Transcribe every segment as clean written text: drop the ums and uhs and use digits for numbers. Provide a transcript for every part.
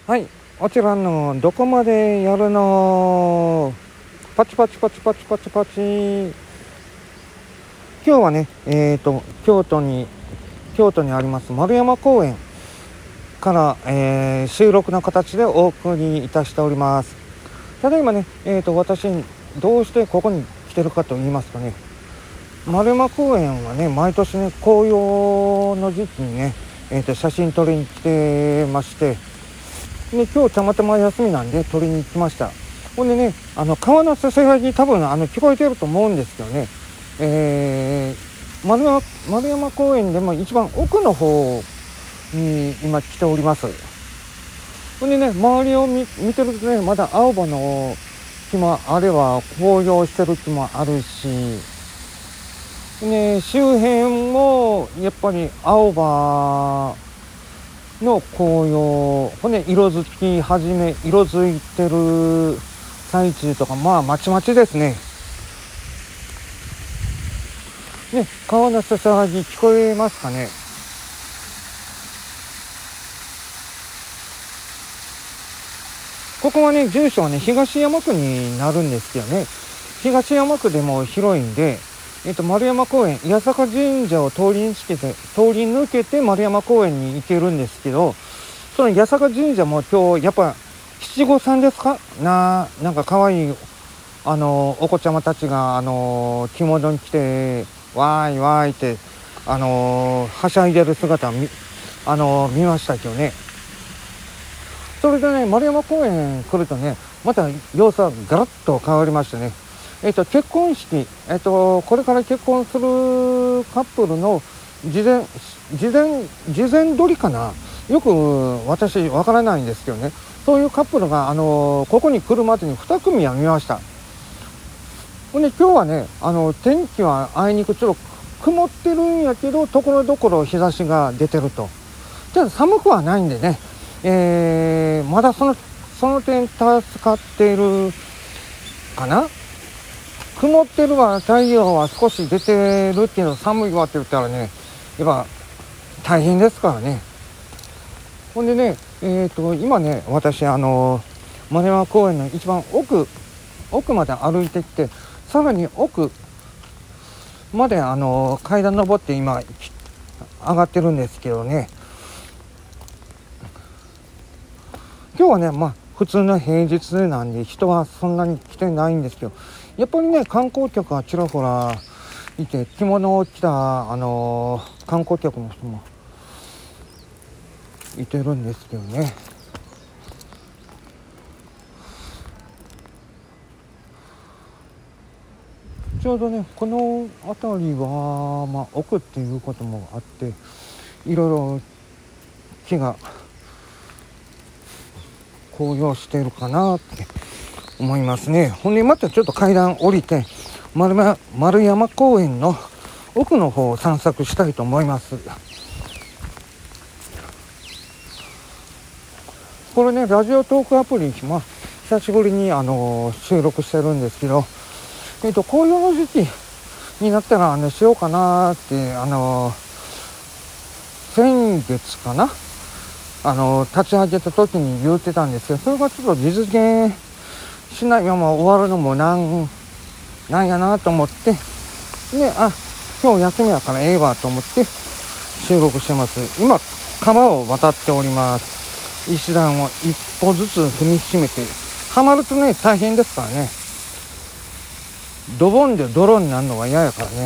はい、こちらのどこまでやるのパチパチパチパチパチパチ。今日はね、京都にあります丸山公園から、収録の形でお送りいたしております。ただいまね、私どうしてここに来てるかと言いますとね、丸山公園はね、毎年ね、紅葉の時期にね、写真撮りに来てまして、で今日たまたま休みなんで撮りに来ました。ほんでね、川のせせらぎ多分聞こえてると思うんですけどね、丸山公園でも一番奥の方に今来ております。ほんでね、周りを見てるとね、まだ青葉の木もあれば紅葉してる木もあるし、ね、周辺もやっぱり青葉の紅葉、色づいてる最中とか、まちまちですね。ね、川のせせらぎ聞こえますかね。ここはね、住所はね、東山区になるんですけどね、東山区でも広いんで、丸山公園、八坂神社を通り抜けて丸山公園に行けるんですけど、その八坂神社も今日やっぱ七五三ですかなんか可愛いお子ちゃまたちが着物に着てわーいわーいってはしゃいでる姿見ましたけどね。それでね、丸山公園来るとね、また様子はガラッと変わりましてね、結婚式、これから結婚するカップルの事前撮りかな、よく私わからないんですけどね、そういうカップルがここに来るまでに2組は見ました。で今日はね、天気はあいにくちょっと曇ってるんやけど、ところどころ日差しが出てると。じゃあ寒くはないんでね、まだその点助かっているかな。曇ってるわ、太陽は少し出てるっていうの、寒いわって言ったらね、やっぱ大変ですからね。ほんでね、今ね、私丸山公園の一番奥まで歩いてきて、さらに奥まで階段登って今上がってるんですけどね、今日はね、普通の平日なんで人はそんなに来てないんですけど、やっぱりね、観光客がちらほらいて、着物を着た観光客の人もいてるんですけどね。ちょうどね、この辺りは、奥っていうこともあって、いろいろ木が紅葉しているかなって思いますね。ほんでまたちょっと階段降りて丸山公園の奥の方を散策したいと思います。これね、ラジオトークアプリ、久しぶりに収録してるんですけど、紅葉の時期になったらしようかなって先月かな、立ち上げた時に言ってたんですけど、それがちょっと実現しないまま終わるのもなんやなと思って、で今日休みだからええわと思って収録してます。今川を渡っております。石段を一歩ずつ踏みしめて、はまるとね大変ですからね。ドボンで泥になるのは嫌やから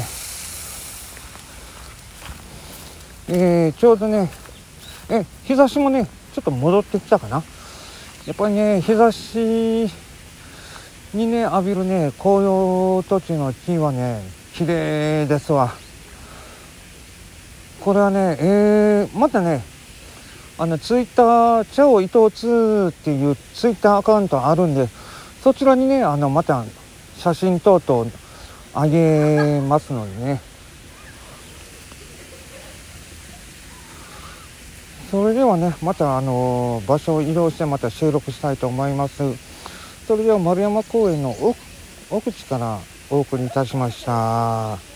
ね。ちょうどね、日差しもねちょっと戻ってきたかな。やっぱりね、日差しにね浴びるね紅葉土地の木はね綺麗ですわ。これはね、またねツイッターチャオ伊藤2っていうツイッターアカウントあるんで、そちらにねまた写真等々あげますのでね。それではね、また場所を移動してまた収録したいと思います。それでは丸山公園の奥地からお送りいたしました。